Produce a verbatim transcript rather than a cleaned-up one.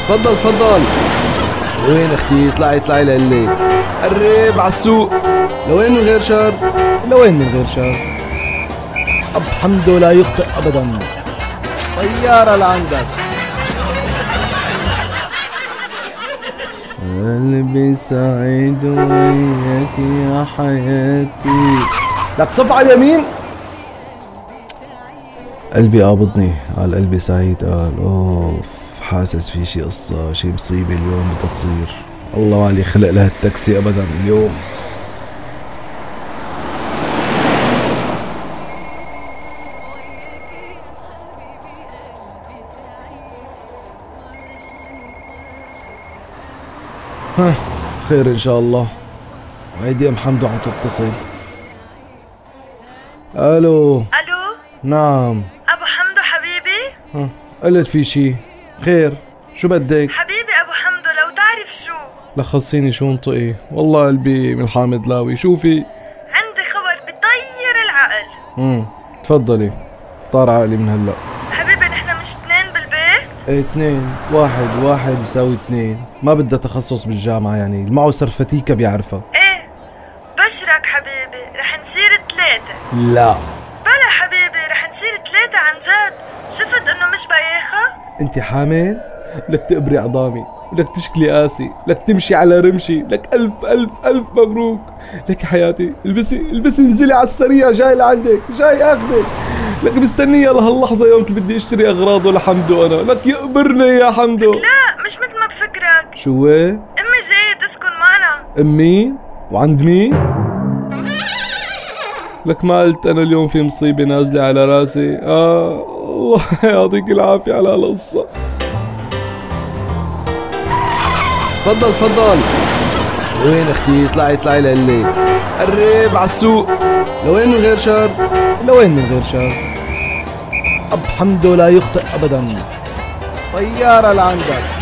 تفضل تفضل. لوين اختي؟ اطلعي اطلعي لقلي. قرب عالسوق. لوين من غير شر؟ لوين من غير شر؟ أب حمدو لا يخطئ أبدا. طيارة لعندك. قلبي سعيد وياك يا حياتي. لك صف على اليمين. قلبي قابضني على قلبي سعيد قال اوف حاسس في شي قصة شي مصيبة اليوم بدها تصير. الله ما لي خلق لها التاكسي ابدا اليوم. ها خير ان شاء الله. هيدي ام حمدو عم تتصل. الو. الو نعم ابو حمدو حبيبي. ها قلت في شي خير شو بدك؟ حبيبي ابو حمدو لو تعرف شو. لخصيني شو انطقي والله قلبي من حامد لاوي. شوفي عندي خبر بطير العقل. امم تفضلي. طار عقلي من هلا. حبيبي نحن مش اثنين بالبيت؟ ايه اثنين. واحد واحد بيساوي اثنين. ما بدها تخصص بالجامعة يعني اللي معه سرفتيكا بيعرفها. ايه بشرك حبيبي رح نصير ثلاثة. لا بلا حبيبي رح نصير ثلاثة عن جد. شفت انه مش بايخة؟ انت حامل؟ لك تقبري عظامي، لك تشكلي قاسي، لك تمشي على رمشي، لك الف الف الف مبروك. لك حياتي البسي البسي انزلي على السريع جاي لعندك جاي اخذك. لك مستنية لهاللحظة يوم اللي بدي اشتري اغراض ولا حمدو انا. لك يقبرني يا حمدو. لا مش مثل ما بفكرك. شو هي؟ امي جاية تسكن معنا. امي؟ وعند مين؟ لك ما قلت انا اليوم في مصيبة نازلة على راسي. اه الله يعطيك العافية على هالقصة. تفضل تفضل. وين اختي؟ اطلعي اطلعي لقلي. قرب عالسوق. لوين من غير شر؟ لوين من غير شر؟ أب حمدو لا يخطئ أبدا. طيارة لعندك.